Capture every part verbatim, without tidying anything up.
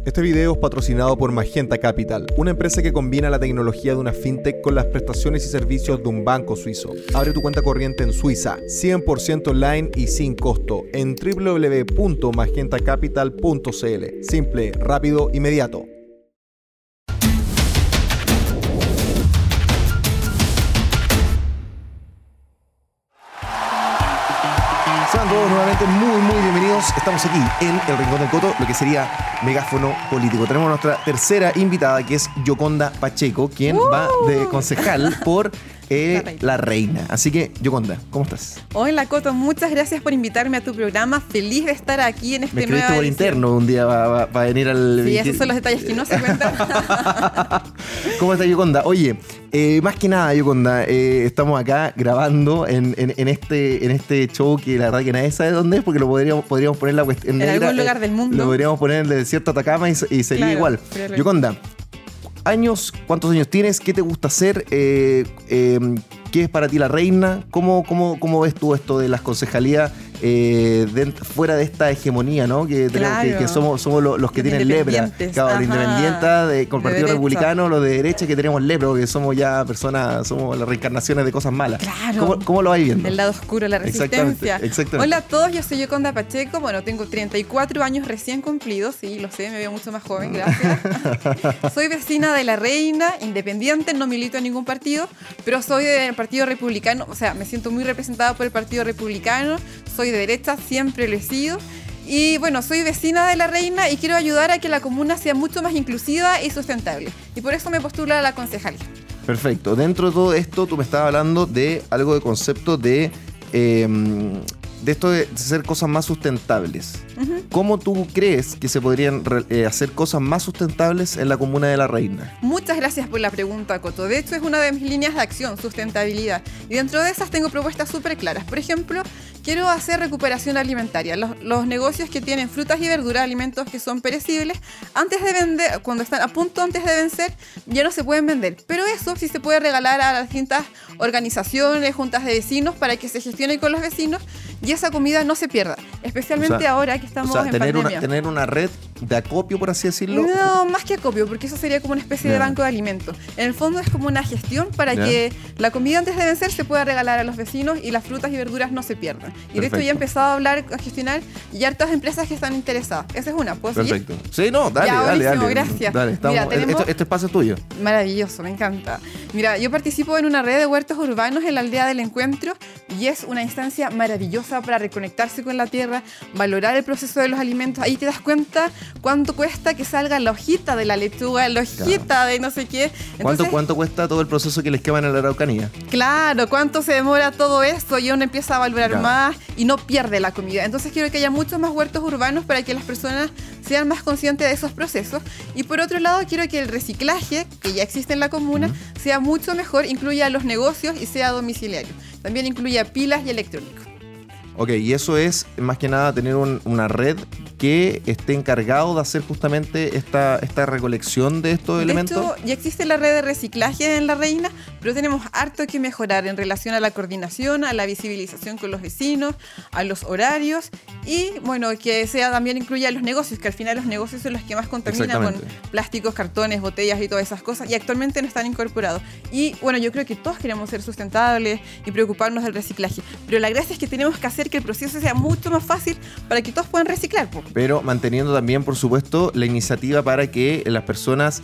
Este video es patrocinado por Magenta Capital, una empresa que combina la tecnología de una fintech con las prestaciones y servicios de un banco suizo. Abre tu cuenta corriente en Suiza, cien por ciento online y sin costo, en doble u doble u doble u punto magenta capital punto c l. Simple, rápido, inmediato. Sean todos nuevamente muy, muy bienvenidos. Estamos aquí en El Rincón del Coto, lo que sería megáfono político. Tenemos nuestra tercera invitada, que es Yoconda Pacheco, quien uh. va de concejal por eh, la, reina. la Reina. Así que, Yoconda, ¿cómo estás? Hola, Coto. Muchas gracias por invitarme a tu programa. Feliz de estar aquí en este nuevo. Me escribiste por interno un día para va, va venir al... Sí, esos son los detalles que no se cuentan. ¿Cómo estás, Yoconda? Oye, eh, más que nada, Yoconda, eh, estamos acá grabando en, en, en, este, en este show que la verdad que nadie sabe dónde es, porque lo podríamos, podríamos poner la cuestión... En negra, algún lugar eh, del mundo. Lo podríamos poner en el desierto de Atacama y, y sería claro, igual. Pero... Yoconda, años, ¿cuántos años tienes? ¿Qué te gusta hacer? Eh, eh, ¿Qué es para ti la Reina? ¿Cómo, cómo, cómo ves tú esto de las concejalías eh, de, fuera de esta hegemonía, ¿no? Que, tenemos, claro. que, que somos, somos los, los que tienen lepra. Claro, los independientes, de, con el Partido Republicano, los de derecha que tenemos lepra, porque somos ya personas, somos las reencarnaciones de cosas malas. Claro. ¿Cómo, cómo lo vais viendo? El lado oscuro, la resistencia. Exactamente, exactamente. Hola a todos, yo soy Yoconda Pacheco. Bueno, tengo treinta y cuatro años recién cumplidos. Sí, lo sé, me veo mucho más joven, gracias. Soy vecina de la Reina, independiente, no milito en ningún partido, pero soy del Partido Republicano. O sea, me siento muy representada por el Partido Republicano. Soy de derecha, siempre lo he sido. Y bueno, soy vecina de la Reina y quiero ayudar a que la comuna sea mucho más inclusiva y sustentable. Y por eso me postulo a la concejalía. Perfecto. Dentro de todo esto, tú me estabas hablando de algo de concepto de... Eh, de esto de hacer cosas más sustentables. Uh-huh. ¿Cómo tú crees que se podrían eh, hacer cosas más sustentables en la comuna de la Reina? Muchas gracias por la pregunta, Coto. De hecho, es una de mis líneas de acción, sustentabilidad. Y dentro de esas tengo propuestas súper claras. Por ejemplo, quiero hacer recuperación alimentaria. Los, los negocios que tienen frutas y verduras, alimentos que son perecibles, antes de vender, cuando están a punto antes de vencer, ya no se pueden vender. Pero eso sí se puede regalar a las distintas organizaciones, juntas de vecinos, para que se gestione con los vecinos y esa comida no se pierda, especialmente o sea, ahora que estamos o sea, en tener pandemia. Una, tener una red de acopio, por así decirlo. No, más que acopio, porque eso sería como una especie yeah. de banco de alimentos. En el fondo es como una gestión para yeah. que la comida antes de vencer se pueda regalar a los vecinos y las frutas y verduras no se pierdan. Y Perfecto. De hecho ya he empezado a hablar, a gestionar y hay hartas empresas que están interesadas. Esa es una, ¿puedo Perfecto. seguir? Sí, no, dale, ya, dale, dale. Gracias. Dale, estamos, Mira, tenemos... este, este espacio es tuyo. Maravilloso, me encanta. Mira, yo participo en una red de huertos urbanos en la aldea del Encuentro y es una instancia maravillosa para reconectarse con la tierra, valorar el proceso de los alimentos. Ahí te das cuenta cuánto cuesta que salga la hojita de la lechuga, la hojita claro. de no sé qué. Entonces, ¿Cuánto, ¿Cuánto cuesta todo el proceso que les queman en la Araucanía? Claro, cuánto se demora todo esto y uno empieza a valorar claro. más y no pierde la comida. Entonces quiero que haya muchos más huertos urbanos para que las personas sean más conscientes de esos procesos. Y por otro lado, quiero que el reciclaje, que ya existe en la comuna, uh-huh. sea mucho mejor, incluya los negocios y sea domiciliario. También incluya pilas y electrónicos. Ok, y eso es más que nada tener un, una red que esté encargado de hacer justamente esta, esta recolección de estos de elementos. De hecho, ya existe la red de reciclaje en La Reina, pero tenemos harto que mejorar en relación a la coordinación, a la visibilización con los vecinos, a los horarios y, bueno, que sea también incluya los negocios, que al final los negocios son los que más contaminan con plásticos, cartones, botellas y todas esas cosas, y actualmente no están incorporados. Y, bueno, yo creo que todos queremos ser sustentables y preocuparnos del reciclaje, pero la gracia es que tenemos que hacer que el proceso sea mucho más fácil para que todos puedan reciclar. Pero manteniendo también, por supuesto, la iniciativa para que las personas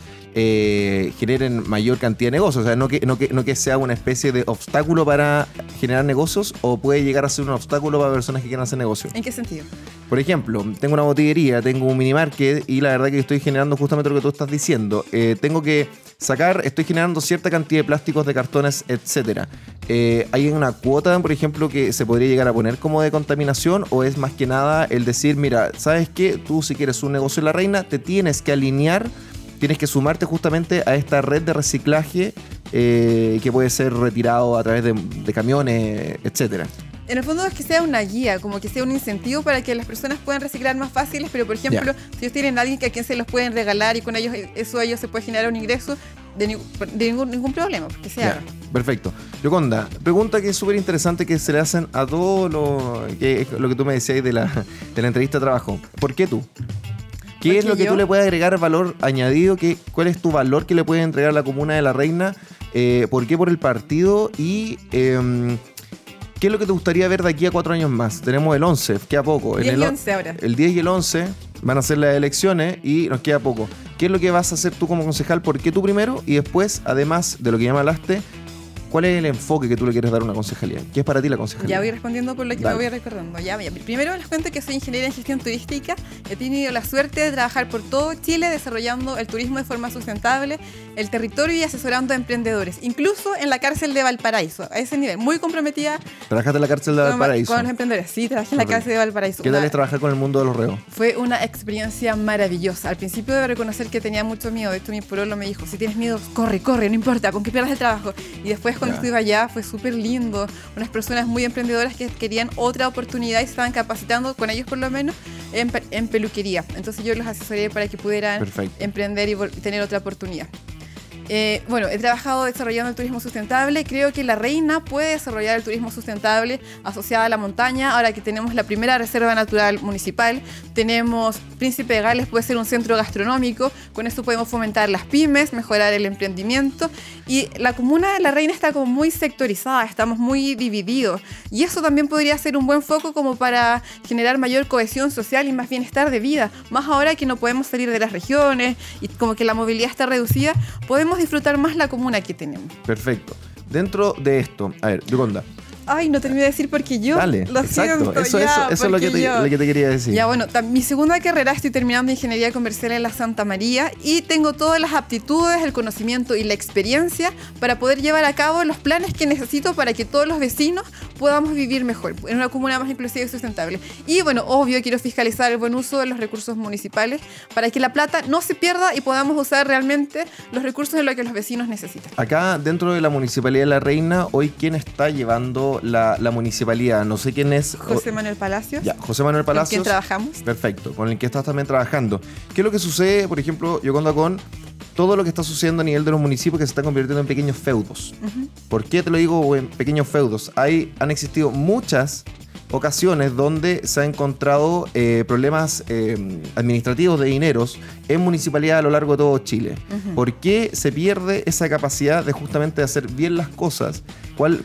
eh, generen mayor cantidad de negocios. O sea, no que, no, que, no que sea una especie de obstáculo para generar negocios, o puede llegar a ser un obstáculo para personas que quieran hacer negocios. ¿En qué sentido? Por ejemplo, tengo una botillería, tengo un minimarket y la verdad que estoy generando justamente lo que tú estás diciendo. Eh, tengo que sacar, estoy generando cierta cantidad de plásticos, de cartones, etcétera. Eh, ¿Hay una cuota, por ejemplo, que se podría llegar a poner como de contaminación, o es más que nada el decir, mira, ¿sabes qué? Tú, si quieres un negocio en La Reina, te tienes que alinear, tienes que sumarte justamente a esta red de reciclaje eh, que puede ser retirado a través de, de camiones, etcétera? En el fondo es que sea una guía, como que sea un incentivo para que las personas puedan reciclar más fáciles, pero por ejemplo, yeah. si ellos tienen a alguien que a quien se los pueden regalar y con ellos eso a ellos se puede generar un ingreso, de, ni, de ningún, ningún problema, porque se haga. Yeah. Perfecto. Yoconda, pregunta que es súper interesante que se le hacen a todo lo que, lo que tú me decías de la, de la entrevista de trabajo. ¿Por qué tú? ¿Qué es Porque lo que yo- tú le puedes agregar valor añadido? ¿Qué, ¿Cuál es tu valor que le puedes entregar a la Comuna de La Reina? Eh, ¿Por qué por el partido? Y eh, ¿qué es lo que te gustaría ver de aquí a cuatro años más? Tenemos el once, queda poco. En diez el, y on- once ahora. el diez y el once van a ser las elecciones y nos queda poco. ¿Qué es lo que vas a hacer tú como concejal? ¿Por qué tú primero? Y después, además de lo que ya me hablaste, ¿cuál es el enfoque que tú le quieres dar a una concejalía? ¿Qué es para ti la concejalía? Ya voy respondiendo por lo que Dale. me voy recordando. Ya, ya. Primero les cuento que soy ingeniera en gestión turística. He tenido la suerte de trabajar por todo Chile desarrollando el turismo de forma sustentable, el territorio y asesorando a emprendedores, incluso en la cárcel de Valparaíso, a ese nivel, muy comprometida ¿Trabajaste en la cárcel de con, Valparaíso? con los emprendedores. Sí, trabajé en la Correcto. cárcel de Valparaíso. ¿Qué tal Una- es trabajar con el mundo de los reos? Fue una experiencia maravillosa. Al principio debo reconocer que tenía mucho miedo. De hecho, mi pololo me dijo, si tienes miedo, corre, corre, no importa, con que pierdas el trabajo. Y después cuando Ya. estuve allá fue súper lindo. Unas personas muy emprendedoras que querían otra oportunidad y se estaban capacitando, con ellos por lo menos, en, pe- en peluquería. Entonces yo los asesoré para que pudieran Perfecto. emprender y vol- tener otra oportunidad. Eh, bueno, he trabajado desarrollando el turismo sustentable. Creo que La Reina puede desarrollar el turismo sustentable asociado a la montaña. Ahora que tenemos la primera reserva natural municipal, tenemos Príncipe de Gales, puede ser un centro gastronómico. Con esto podemos fomentar las pymes, mejorar el emprendimiento. Y la comuna de La Reina está como muy sectorizada, estamos muy divididos. Y eso también podría ser un buen foco como para generar mayor cohesión social y más bienestar de vida. Más ahora que no podemos salir de las regiones y como que la movilidad está reducida, podemos disfrutar más la comuna que tenemos. Perfecto. Dentro de esto, a ver, Yoconda, Ay, no terminé de decir porque yo dale, lo exacto, siento, eso, ya, eso, eso es lo que, porque te, yo- lo que te quería decir. Ya, bueno, tam- mi segunda carrera estoy terminando ingeniería comercial en la Santa María y tengo todas las aptitudes, el conocimiento y la experiencia para poder llevar a cabo los planes que necesito para que todos los vecinos podamos vivir mejor en una comuna más inclusiva y sustentable. Y bueno, obvio, quiero fiscalizar el buen uso de los recursos municipales para que la plata no se pierda y podamos usar realmente los recursos en lo que los vecinos necesitan. Acá, dentro de la Municipalidad de La Reina, hoy, ¿quién está llevando la, la municipalidad? No sé quién es. José Manuel Palacios, Ya, José Manuel con Palacios. quien trabajamos. Perfecto, con el que estás también trabajando. ¿Qué es lo que sucede, por ejemplo, Yoconda, con todo lo que está sucediendo a nivel de los municipios que se están convirtiendo en pequeños feudos? Ujú. ¿Por qué te lo digo en pequeños feudos? Hay, han existido muchas ocasiones donde se han encontrado eh, problemas eh, administrativos de dineros en municipalidades a lo largo de todo Chile. Ujú. ¿Por qué se pierde esa capacidad de justamente hacer bien las cosas? ¿Cuál,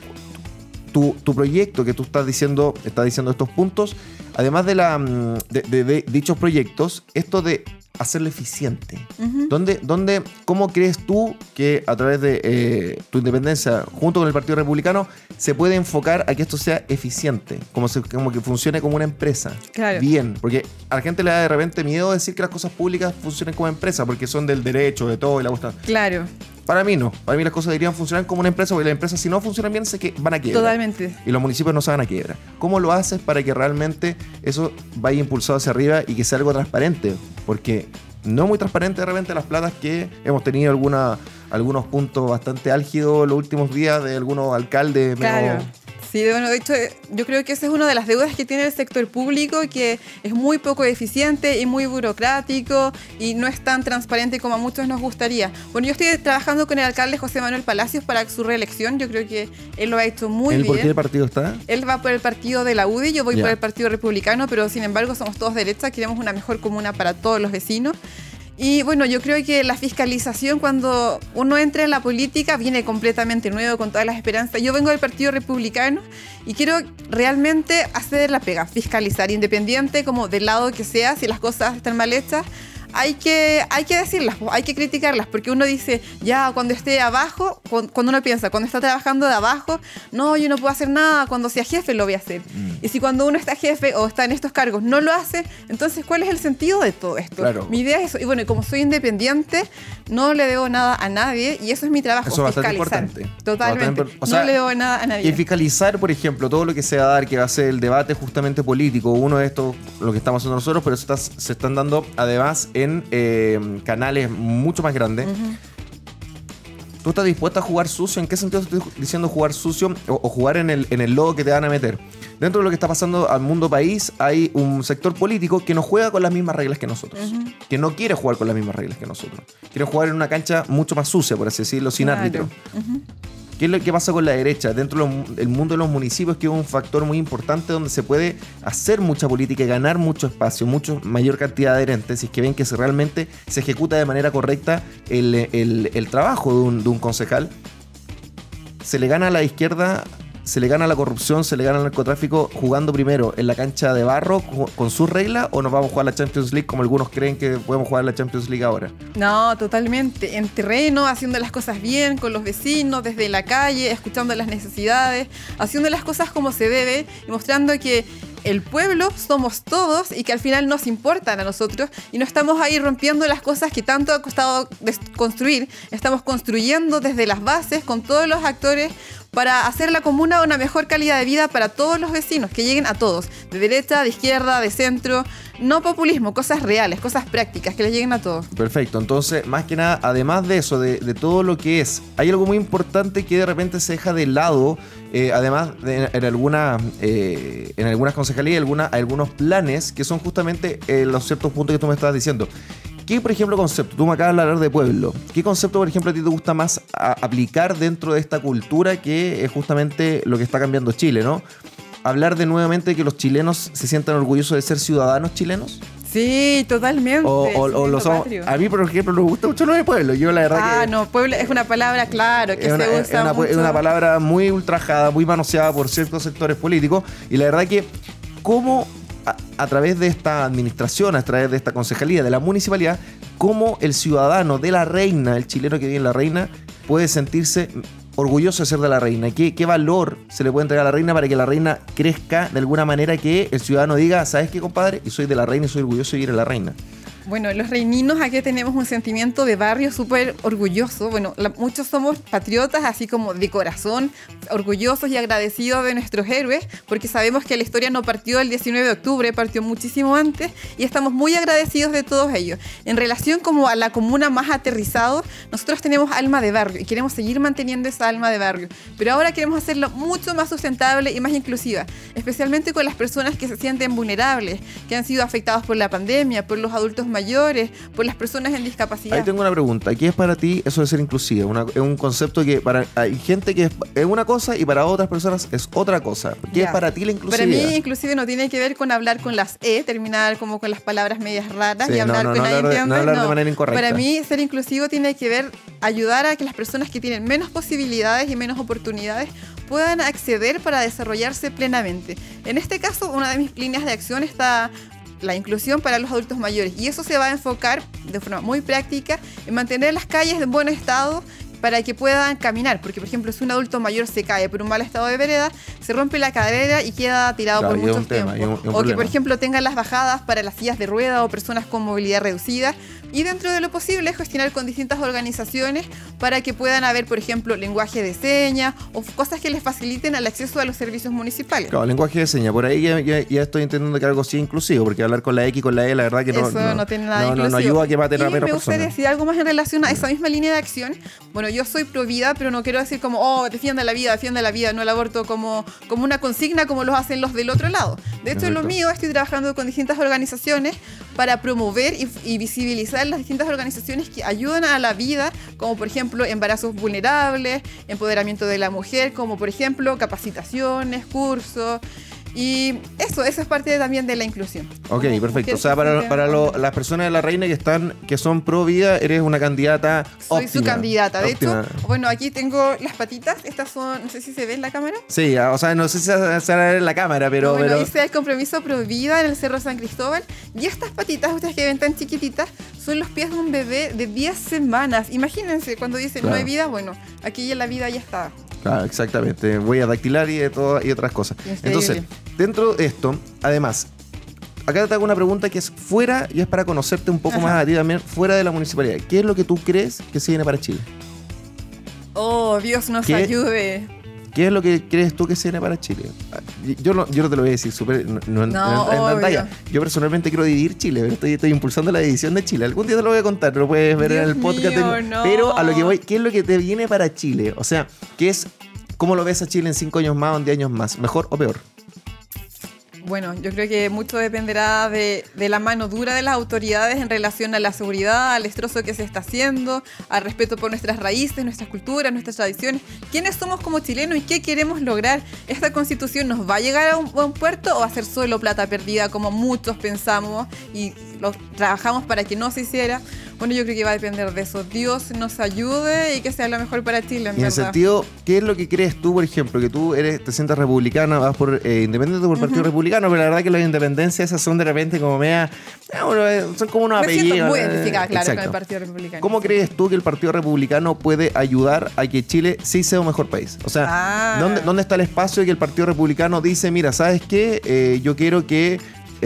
tu, tu proyecto que tú estás diciendo, estás diciendo estos puntos, además de, la, mm, de, de- de dichos proyectos, esto de hacerlo eficiente? Ujú. ¿Dónde, dónde, ¿Cómo crees tú que a través de eh, tu independencia, junto con el Partido Republicano, se puede enfocar a que esto sea eficiente? Como, se- como que funcione como una empresa. Claro. Bien, porque a la gente le da de repente miedo decir que las cosas públicas funcionen como empresa, porque son del derecho, de todo y la cuestión. Claro, Para mí no. Para mí las cosas deberían funcionar como una empresa, porque las empresas, si no funcionan bien, se que van a quiebra. totalmente. Y los municipios no se van a quiebra. ¿Cómo lo haces para que realmente eso vaya impulsado hacia arriba y que sea algo transparente? Porque no muy transparente de repente las platas que hemos tenido alguna, algunos puntos bastante álgidos los últimos días de algunos alcaldes. medio- Claro. Sí, bueno, de hecho, yo creo que esa es una de las deudas que tiene el sector público, que es muy poco eficiente y muy burocrático y no es tan transparente como a muchos nos gustaría. Bueno, yo estoy trabajando con el alcalde José Manuel Palacios para su reelección. Yo creo que él lo ha hecho muy ¿Él por bien. qué partido está? Él va por el partido de la U D I, yo voy Ya. por el partido republicano, pero sin embargo somos todos derechas, queremos una mejor comuna para todos los vecinos. Y bueno, yo creo que la fiscalización cuando uno entra en la política viene completamente nuevo, con todas las esperanzas. Yo vengo del Partido Republicano y quiero realmente hacer la pega, fiscalizar, independiente como del lado que sea, si las cosas están mal hechas. Hay que, hay que decirlas, hay que criticarlas, porque uno dice, ya, cuando esté abajo, cu- cuando uno piensa, cuando está trabajando de abajo, no, yo no puedo hacer nada, cuando sea jefe lo voy a hacer. Mm. Y si cuando uno está jefe o está en estos cargos no lo hace, entonces, ¿cuál es el sentido de todo esto? Claro. Mi idea es eso, y bueno, y como soy independiente, no le debo nada a nadie, y eso es mi trabajo, Eso es bastante fiscalizar. importante. Totalmente, Bastante impor- o sea, no le debo nada a Y nadie. fiscalizar, por ejemplo, todo lo que se va a dar, que va a ser el debate justamente político, uno de estos, lo que estamos haciendo nosotros, pero se, está- se están dando además en eh, canales mucho más grandes. Ujú. ¿Tú estás dispuesta a jugar sucio? ¿En qué sentido estoy diciendo jugar sucio o, o jugar en el, en el lodo que te van a meter? Dentro de lo que está pasando al mundo país, hay un sector político que no juega con las mismas reglas que nosotros. Ujú. Que no quiere jugar con las mismas reglas que nosotros. Quiere jugar en una cancha mucho más sucia, por así decirlo, sin Claro. árbitro. Ujú. ¿Qué es lo que pasa con la derecha? Dentro del mundo de los municipios, que es un factor muy importante donde se puede hacer mucha política y ganar mucho espacio, mucho mayor cantidad de adherentes, si es que ven que se realmente se ejecuta de manera correcta el, el, el trabajo de un, de un concejal. Se le gana a la izquierda, se le gana a la corrupción, se le gana al narcotráfico jugando primero en la cancha de barro con sus reglas, o nos vamos a jugar la Champions League como algunos creen que podemos jugar la Champions League ahora. No, totalmente. En terreno, haciendo las cosas bien, con los vecinos, desde la calle, escuchando las necesidades, haciendo las cosas como se debe y mostrando que el pueblo somos todos y que al final nos importan a nosotros y no estamos ahí rompiendo las cosas que tanto ha costado construir. Estamos construyendo desde las bases con todos los actores para hacer la comuna una mejor calidad de vida para todos los vecinos, que lleguen a todos, de derecha, de izquierda, de centro. No populismo, cosas reales, cosas prácticas, que les lleguen a todos. Perfecto, entonces, más que nada, además de eso, de, de todo lo que es, hay algo muy importante que de repente se deja de lado, eh, además de, en, alguna, eh, en algunas concejalías, alguna, algunos planes que son justamente eh, los ciertos puntos que tú me estabas diciendo. ¿Qué, por ejemplo, concepto? Tú me acabas de hablar de pueblo. ¿Qué concepto, por ejemplo, a ti te gusta más a, aplicar dentro de esta cultura que es justamente lo que está cambiando Chile, ¿no? Hablar de nuevamente de que los chilenos se sientan orgullosos de ser ciudadanos chilenos. Sí, totalmente. O, o, o lo somos, a mí, por ejemplo, me gusta mucho lo de pueblo. Yo la verdad ah, que... no, pueblo es una palabra, claro, que es una, se usa es una, mucho. Es una palabra muy ultrajada, muy manoseada por ciertos sectores políticos. Y la verdad que, ¿cómo a, a través de esta administración, a través de esta concejalía, de la municipalidad, cómo el ciudadano de la Reina, el chileno que vive en la Reina, puede sentirse orgulloso de ser de la Reina? ¿Qué, qué valor se le puede entregar a la Reina para que la Reina crezca de alguna manera, que el ciudadano diga, ¿sabes qué, compadre? Y soy de la Reina y soy orgulloso de ir a la Reina. Bueno, los reininos aquí tenemos un sentimiento de barrio súper orgulloso. Bueno, la, muchos somos patriotas, así como de corazón, orgullosos y agradecidos de nuestros héroes, porque sabemos que la historia no partió el diecinueve de octubre, partió muchísimo antes, y estamos muy agradecidos de todos ellos. En relación como a la comuna más aterrizado, nosotros tenemos alma de barrio y queremos seguir manteniendo esa alma de barrio, pero ahora queremos hacerlo mucho más sustentable y más inclusiva, especialmente con las personas que se sienten vulnerables, que han sido afectados por la pandemia, por los adultos mayores, por las personas en discapacidad. Ahí tengo una pregunta. ¿Qué es para ti eso de ser inclusiva? Una, es un concepto que para hay gente que es, es una cosa y para otras personas es otra cosa. ¿Qué ya. es para ti la inclusividad? Para mí inclusive no tiene que ver con hablar con las E, terminar como con las palabras medias raras, sí, y hablar no, no, con no nadie hablar de, entiende. No hablar no. de manera incorrecta. Para mí ser inclusivo tiene que ver ayudar a que las personas que tienen menos posibilidades y menos oportunidades puedan acceder para desarrollarse plenamente. En este caso, una de mis líneas de acción está la inclusión para los adultos mayores, y eso se va a enfocar de forma muy práctica en mantener las calles en buen estado para que puedan caminar, porque por ejemplo si un adulto mayor se cae por un mal estado de vereda, se rompe la cadera y queda tirado claro, por mucho tiempo. Tema, un, un o que por ejemplo tengan las bajadas para las sillas de rueda o personas con movilidad reducida, y dentro de lo posible gestionar con distintas organizaciones para que puedan haber, por ejemplo, lenguaje de señas o cosas que les faciliten el acceso a los servicios municipales. Claro, lenguaje de señas, por ahí ya, ya, ya estoy entendiendo que algo sí inclusivo, porque hablar con la X y con la E, la verdad que no, eso no, no tiene nada no, no, no ayuda a que maten a menos personas. Y me gustaría decir algo más en relación a esa misma línea de acción. Bueno, yo soy pro vida, pero no quiero decir como, oh, defienda la vida, defienda la vida, no el aborto como, como una consigna como lo hacen los del otro lado. De hecho, en lo mío estoy trabajando con distintas organizaciones para promover y, y visibilizar las distintas organizaciones que ayudan a la vida, como por ejemplo embarazos vulnerables, empoderamiento de la mujer, como por ejemplo capacitaciones, cursos. Y eso, eso es parte también de la inclusión. Ok, perfecto. O sea, para, para lo, las personas de la Reina que están, que son pro vida, eres una candidata Soy óptima. su candidata. De óptima. hecho, bueno, aquí tengo las patitas. Estas son, no sé si se ve en la cámara. Sí, o sea, no sé si se va a ver en la cámara, pero... No, bueno, pero... hice el compromiso pro vida en el Cerro San Cristóbal. Y estas patitas, ustedes que ven tan chiquititas, son los pies de un bebé de diez semanas. Imagínense, cuando dicen claro. no hay vida, bueno, aquí ya la vida ya está. Claro, exactamente. Voy a dactilar y, de todo, y otras cosas. Increíble. Entonces, dentro de esto, además, acá te hago una pregunta que es fuera, y es para conocerte un poco Ajá. más a ti también, fuera de la municipalidad. ¿Qué es lo que tú crees que se viene para Chile? Oh, Dios nos ayude. ¿Qué es lo que crees tú que se viene para Chile? Yo no, yo no te lo voy a decir súper no, no, no, en, en pantalla. Yo personalmente quiero dividir Chile, pero estoy, estoy impulsando la división de Chile. Algún día te lo voy a contar, lo puedes ver Dios en el podcast. Mío, de, no. Pero a lo que voy, ¿qué es lo que te viene para Chile? O sea, ¿qué es, cómo lo ves a Chile en cinco años más o en diez años más? ¿Mejor o peor? Bueno, yo creo que mucho dependerá de, de la mano dura de las autoridades en relación a la seguridad, al destrozo que se está haciendo, al respeto por nuestras raíces, nuestras culturas, nuestras tradiciones. ¿Quiénes somos como chilenos y qué queremos lograr? ¿Esta constitución nos va a llegar a un buen puerto o va a ser solo plata perdida como muchos pensamos y lo, trabajamos para que no se hiciera? Bueno, yo creo que va a depender de eso. Dios nos ayude y que sea lo mejor para Chile, en y en verdad. sentido, ¿qué es lo que crees tú, por ejemplo? Que tú eres, te sientas republicana, vas por eh, independiente por el Partido uh-huh. Republicano, pero la verdad que las independencias esas son de repente como media... Eh, bueno, son como unos Me apellidos. siento muy identificada, claro, Exacto. con el Partido Republicano. ¿Cómo sí. crees tú que el Partido Republicano puede ayudar a que Chile sí sea un mejor país? O sea, ah. ¿dónde, ¿dónde está el espacio que el Partido Republicano dice, mira, ¿sabes qué? Eh, yo quiero que...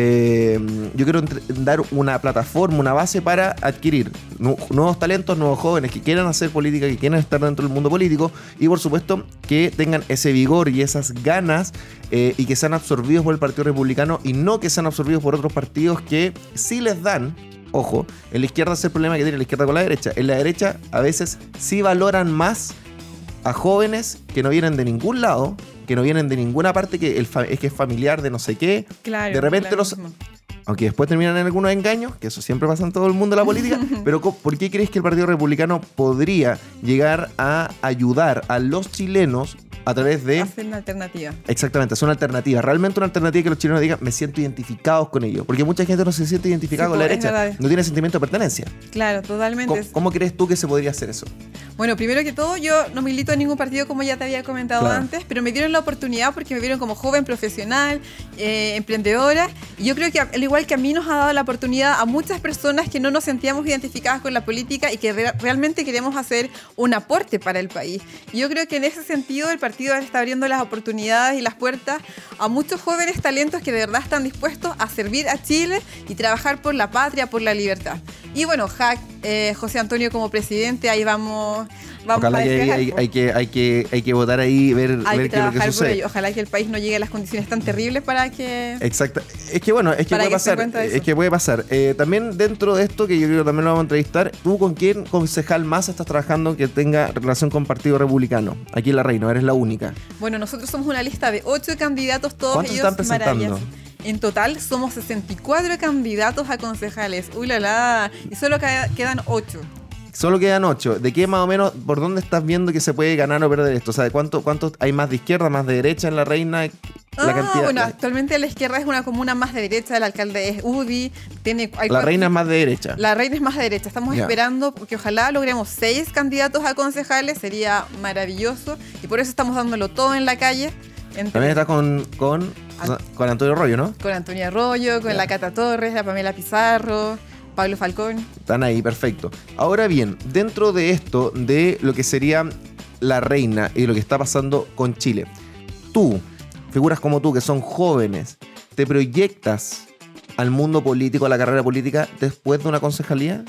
Eh, yo quiero entre- dar una plataforma, una base para adquirir nu- nuevos talentos, nuevos jóvenes que quieran hacer política, que quieran estar dentro del mundo político y por supuesto que tengan ese vigor y esas ganas eh, y que sean absorbidos por el Partido Republicano y no que sean absorbidos por otros partidos que sí les dan, ojo, en la izquierda es el problema que tiene la izquierda con la derecha, en la derecha a veces sí valoran más a jóvenes que no vienen de ningún lado, que no vienen de ninguna parte, que el fa- es que es familiar de no sé qué. Claro, de repente claro los... mismo. Aunque después terminan en algunos engaños, que eso siempre pasa en todo el mundo de la política, pero co- ¿por qué crees que el Partido Republicano podría llegar a ayudar a los chilenos a través de... Hacer una alternativa. Exactamente, es una alternativa. Realmente una alternativa que los chilenos digan, me siento identificados con ellos. Porque mucha gente no se siente identificada Sí, con la pues, es derecha. verdad. No tiene sentimiento de pertenencia. Claro, totalmente. ¿Cómo, cómo crees tú que se podría hacer eso? Bueno, primero que todo, yo no milito en ningún partido como ya te había comentado Claro. antes, pero me dieron la oportunidad porque me vieron como joven, profesional, eh, emprendedora. Y yo creo que al igual que a mí nos ha dado la oportunidad a muchas personas que no nos sentíamos identificadas con la política y que re- realmente queremos hacer un aporte para el país. Y yo creo que en ese sentido el partido está abriendo las oportunidades y las puertas a muchos jóvenes talentos que de verdad están dispuestos a servir a Chile y trabajar por la patria, por la libertad. Y bueno, Jack, eh, José Antonio como presidente, ahí vamos, vamos Ojalá a que hay, despejar, hay, pues. hay que, hay, que, hay que votar ahí, ver, Hay ver que qué es lo que trabajar por sucede. ello. Ojalá que el país no llegue a las condiciones tan terribles para que... Exacto. Es que bueno, es que Para puede que se pasar. cuenta eso. Es que puede pasar. Eh, también dentro de esto, que yo creo que también lo vamos a entrevistar, ¿tú con quién concejal más estás trabajando que tenga relación con Partido Republicano? Aquí en La Reina, eres la única. Bueno, nosotros somos una lista de ocho candidatos, todos ¿Cuántos ellos están presentando? maravillosos. En total somos sesenta y cuatro candidatos a concejales. ¡Uy, la, la! Y solo ca- quedan ocho. Solo quedan ocho. ¿De qué más o menos, por dónde estás viendo que se puede ganar o perder esto? O sea, ¿de cuánto, cuánto hay más de izquierda, más de derecha en La Reina? La Ah, cantidad. bueno, la, actualmente la izquierda es una comuna más de derecha, el alcalde es U D I. Tiene, hay la cuatro- Reina es más de derecha. La Reina es más de derecha. Estamos Ya. esperando que ojalá logremos seis candidatos a concejales. Sería maravilloso. Y por eso estamos dándolo todo en la calle. Entre- También estás con, con, An- con Antonio Rollo, ¿no? Con Antonio Arroyo, con Ya. la Cata Torres, la Pamela Pizarro, Pablo Falcón. Están ahí, perfecto. Ahora bien, dentro de esto, de lo que sería La Reina y lo que está pasando con Chile, tú, figuras como tú, que son jóvenes, ¿te proyectas al mundo político, a la carrera política, después de una concejalía?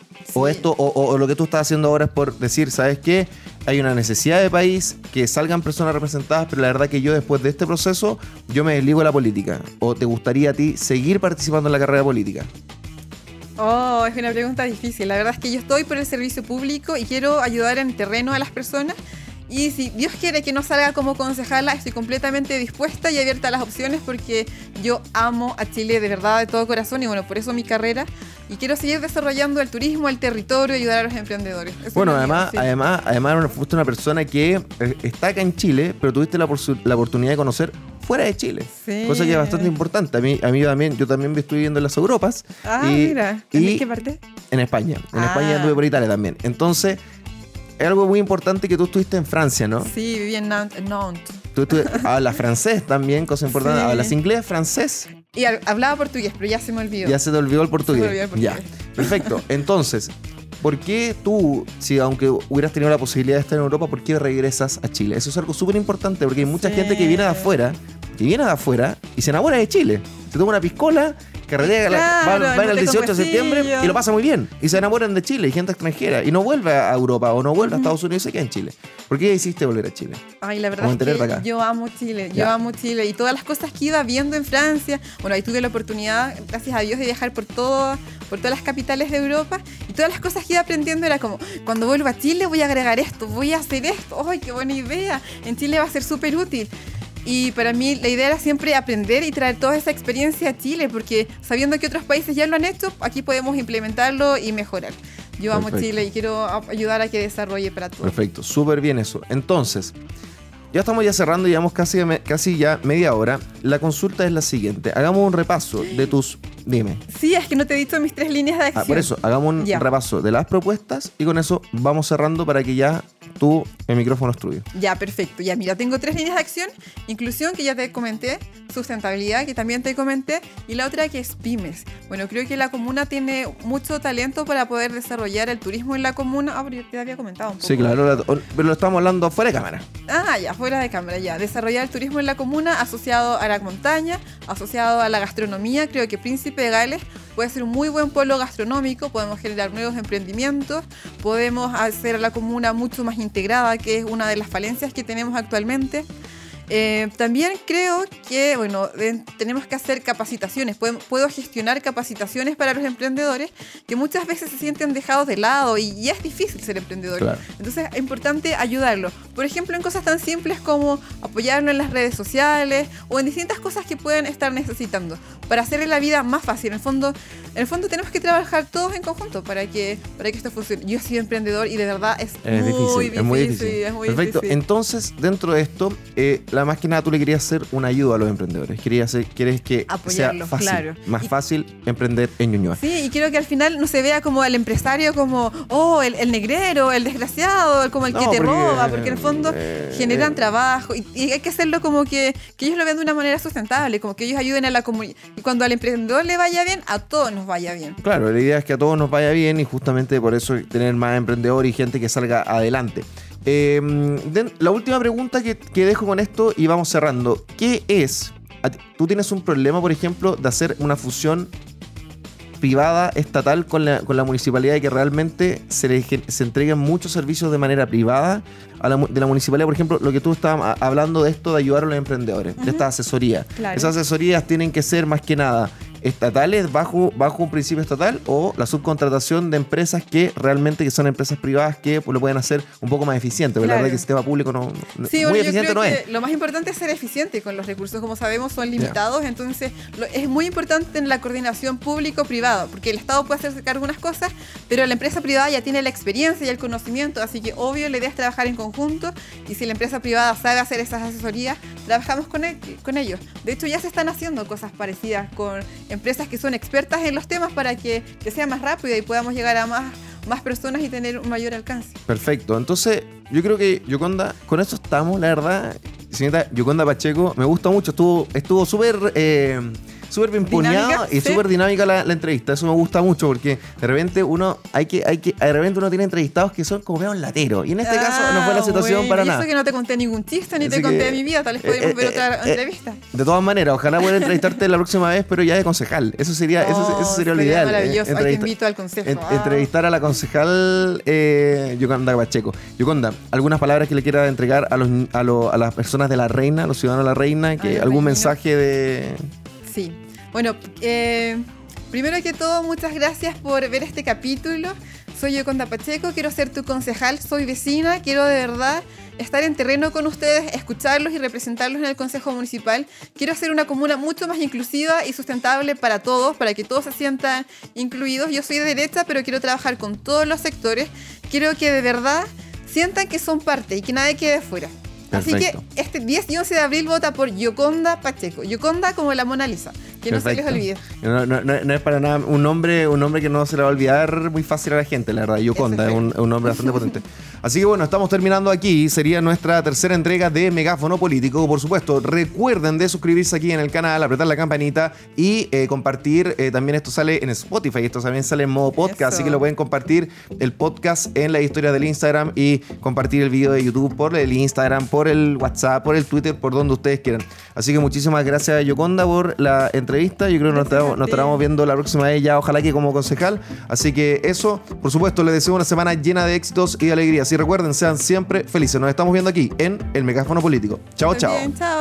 O Sí. esto, o, o- o lo que tú estás haciendo ahora es por decir, ¿sabes qué? Hay una necesidad de país, que salgan personas representadas, pero la verdad que yo después de este proceso, yo me desligo de la política. ¿O te gustaría a ti seguir participando en la carrera política? Oh, es una pregunta difícil. La verdad es que yo estoy por el servicio público y quiero ayudar en terreno a las personas. Y si Dios quiere que no salga como concejala, estoy completamente dispuesta y abierta a las opciones porque yo amo a Chile de verdad, de todo corazón. Y bueno, por eso mi carrera. Y quiero seguir desarrollando el turismo, el territorio y ayudar a los emprendedores. Eso Bueno, es lo mío, además, sí. además, además fuiste una persona que eh, está acá en Chile, pero tuviste la, porsu- la oportunidad de conocer fuera de Chile. Sí. Cosa que es bastante importante. A mí, a mí también, yo también estuve viviendo en las Europas. Ah, y, mira. y ¿En qué parte? En España. En Ah. España anduve por Italia también. Entonces, es algo muy importante que tú estuviste en Francia, ¿no? Sí, viví en Nantes. en Nantes. Tú, tú hablas francés también, cosa importante. Sí. ¿Hablas inglés, francés? Y ha- hablaba portugués, pero ya se me olvidó. Ya se te olvidó el portugués. Se me olvidó el portugués. Ya, perfecto. Entonces, ¿por qué tú, si aunque hubieras tenido la posibilidad de estar en Europa, por qué regresas a Chile? Eso es algo súper importante, porque hay mucha Sí. gente que viene de afuera, que viene de afuera y se enamora de Chile. Se toma una piscola, carretea, la- Claro, van, van no el te dieciocho de septiembre confesillo. y lo pasa muy bien. Y se enamoran de Chile y gente extranjera. Y no vuelve a Europa o no vuelve a Ujú. Estados Unidos y se queda en Chile. ¿Por qué decidiste volver a Chile? Ay, la verdad Vamos a es que mantenerte acá. yo amo Chile, yo Ya. amo Chile y todas las cosas que iba viendo en Francia. Bueno, ahí tuve la oportunidad, gracias a Dios, de viajar por todo, por todas las capitales de Europa y todas las cosas que iba aprendiendo era como, cuando vuelva a Chile voy a agregar esto, voy a hacer esto, ¡ay, qué buena idea! En Chile va a ser súper útil. Y para mí la idea era siempre aprender y traer toda esa experiencia a Chile, porque sabiendo que otros países ya lo han hecho, aquí podemos implementarlo y mejorar. Yo amo Perfecto. Chile y quiero ayudar a que desarrolle para todos. Perfecto, súper bien eso. Entonces, ya estamos ya cerrando, llevamos casi, casi ya media hora. La consulta es la siguiente. Hagamos un repaso de tus... Dime. Sí, es que no te he dicho mis tres líneas de acción. Ah, por eso, hagamos un Ya. repaso de las propuestas y con eso vamos cerrando para que ya tú, el micrófono es tuyo. Ya, perfecto. Ya, mira, tengo tres líneas de acción. Inclusión, que ya te comenté. Sustentabilidad, que también te comenté. Y la otra que es pymes. Bueno, creo que la comuna tiene mucho talento para poder desarrollar el turismo en la comuna. Ah, pero yo te había comentado un poco. Sí, claro, la- pero lo estamos hablando fuera de cámara. Ah, ya, fuera de cámara, ya. Desarrollar el turismo en la comuna asociado a la montaña, asociado a la gastronomía. Creo que Príncipe de Gales puede ser un muy buen polo gastronómico. Podemos generar nuevos emprendimientos. Podemos hacer a la comuna mucho más integrada, que es una de las falencias que tenemos actualmente. Eh, también creo que, bueno, de- tenemos que hacer capacitaciones. Puedo, puedo gestionar capacitaciones para los emprendedores que muchas veces se sienten dejados de lado y, y es difícil ser emprendedor. Claro. Entonces es importante ayudarlo. Por ejemplo, en cosas tan simples como apoyarlo en las redes sociales o en distintas cosas que pueden estar necesitando para hacerle la vida más fácil. En el fondo, en el fondo tenemos que trabajar todos en conjunto para que, para que esto funcione. Yo he sido emprendedor y de verdad es, Es muy difícil, difícil. es muy difícil. Es muy Perfecto. difícil. Entonces, dentro de esto, eh, la más que nada tú le querías hacer una ayuda a los emprendedores. Querías hacer, quieres que sea Apoyarlos, fácil, claro. más Y- fácil emprender en Ñuñoa. Sí, y quiero que al final no se vea como el empresario como, oh, el, el negrero, el desgraciado, el- como el No, que te porque, roba, porque en el fondo eh, generan eh. trabajo y, y hay que hacerlo como que, que ellos lo vean de una manera sustentable, como que ellos ayuden a la comunidad. Y cuando al emprendedor le vaya bien, a todos nos vaya bien. Claro, la idea es que a todos nos vaya bien y justamente por eso tener más emprendedores y gente que salga adelante. Eh, den- la última pregunta que, que dejo con esto y vamos cerrando. ¿Qué es? a ti- ¿Tú tienes un problema, por ejemplo, de hacer una fusión privada, estatal con la, con la municipalidad y que realmente se, le, gen- se entreguen muchos servicios de manera privada a la, mu- de la municipalidad? Por ejemplo, lo que tú estabas a- hablando de esto de ayudar a los emprendedores, de esta asesoría. Claro. Esas asesorías tienen que ser más que nada estatales bajo, bajo un principio estatal o la subcontratación de empresas que realmente que son empresas privadas que pues, lo pueden hacer un poco más eficiente. Porque la Claro. verdad que el sistema público no, no- Sí, muy bueno, yo eficiente creo no que es. lo más importante es ser eficiente con los recursos, como sabemos son limitados, entonces lo- es muy importante en la coordinación público-privada, porque el Estado puede hacerse cargo de unas cosas, pero la empresa privada ya tiene la experiencia y el conocimiento, así que obvio la idea es trabajar en conjunto y si la empresa privada sabe hacer esas asesorías, trabajamos con, el- con ellos. De hecho ya se están haciendo cosas parecidas con empresas que son expertas en los temas para que, que sea más rápido y podamos llegar a más, más personas y tener un mayor alcance. Perfecto. Entonces, yo creo que Yoconda, con eso estamos, la verdad. Señorita Yoconda Pacheco, me gusta mucho. Estuvo estuvo súper eh, súper bien Dinámica, puñado y sí. súper dinámica la, la entrevista. Eso me gusta mucho porque de repente uno hay que, hay que, de repente uno tiene entrevistados que son como medio lateros. Y en este caso no fue la situación bueno, para y nada. eso que no te conté ningún chiste ni Así te conté que, de mi vida, tal vez eh, podríamos eh, ver eh, otra eh, entrevista. De todas maneras, ojalá poder entrevistarte la próxima vez, pero ya de concejal. Eso sería, eso, Oh, eso sería lo sería ideal. maravilloso. eh, Ay, te entrevista- invito al consejo. en- Ah. entrevistar a la concejal eh, Yoconda Pacheco. Yoconda, ¿algunas palabras que le quiera entregar a, los, a, lo- a las personas de La Reina, a los ciudadanos de La Reina? Que, los ¿Algún reinos. mensaje de...? Sí. Bueno, eh, primero que todo, muchas gracias por ver este capítulo. Soy Yoconda Pacheco, quiero ser tu concejal, soy vecina, quiero de verdad estar en terreno con ustedes, escucharlos y representarlos en el Consejo Municipal. Quiero hacer una comuna mucho más inclusiva y sustentable para todos, para que todos se sientan incluidos. Yo soy de derecha, pero quiero trabajar con todos los sectores. Quiero que de verdad sientan que son parte y que nadie quede fuera. Así que Perfecto. este diez y once de abril vota por Yoconda Pacheco. Yoconda como la Mona Lisa. Que no se les Perfecto. olvide. No, no- no- no es para nada un nombre, un nombre que no se le va a olvidar muy fácil a la gente, la verdad. Yoconda es un, un nombre bastante potente. Así que bueno, estamos terminando aquí. Sería nuestra tercera entrega de Megáfono Político. Por supuesto, recuerden de suscribirse aquí en el canal, apretar la campanita y eh, compartir. Eh, también esto sale en Spotify, esto también sale en modo podcast, Eso. así que lo pueden compartir el podcast en la historia del Instagram y compartir el video de YouTube por el Instagram, por el WhatsApp, por el Twitter, por donde ustedes quieran. Así que muchísimas gracias, Yoconda, por la entrevista. Yo creo que nos Gracias estaremos, a nos ti. estaremos viendo la próxima vez ya, ojalá que como concejal. Así que eso, por supuesto, les deseo una semana llena de éxitos y de alegrías. Y recuerden, sean siempre felices. Nos estamos viendo aquí en el Megáfono Político. Chao, Muy chao. bien, chao.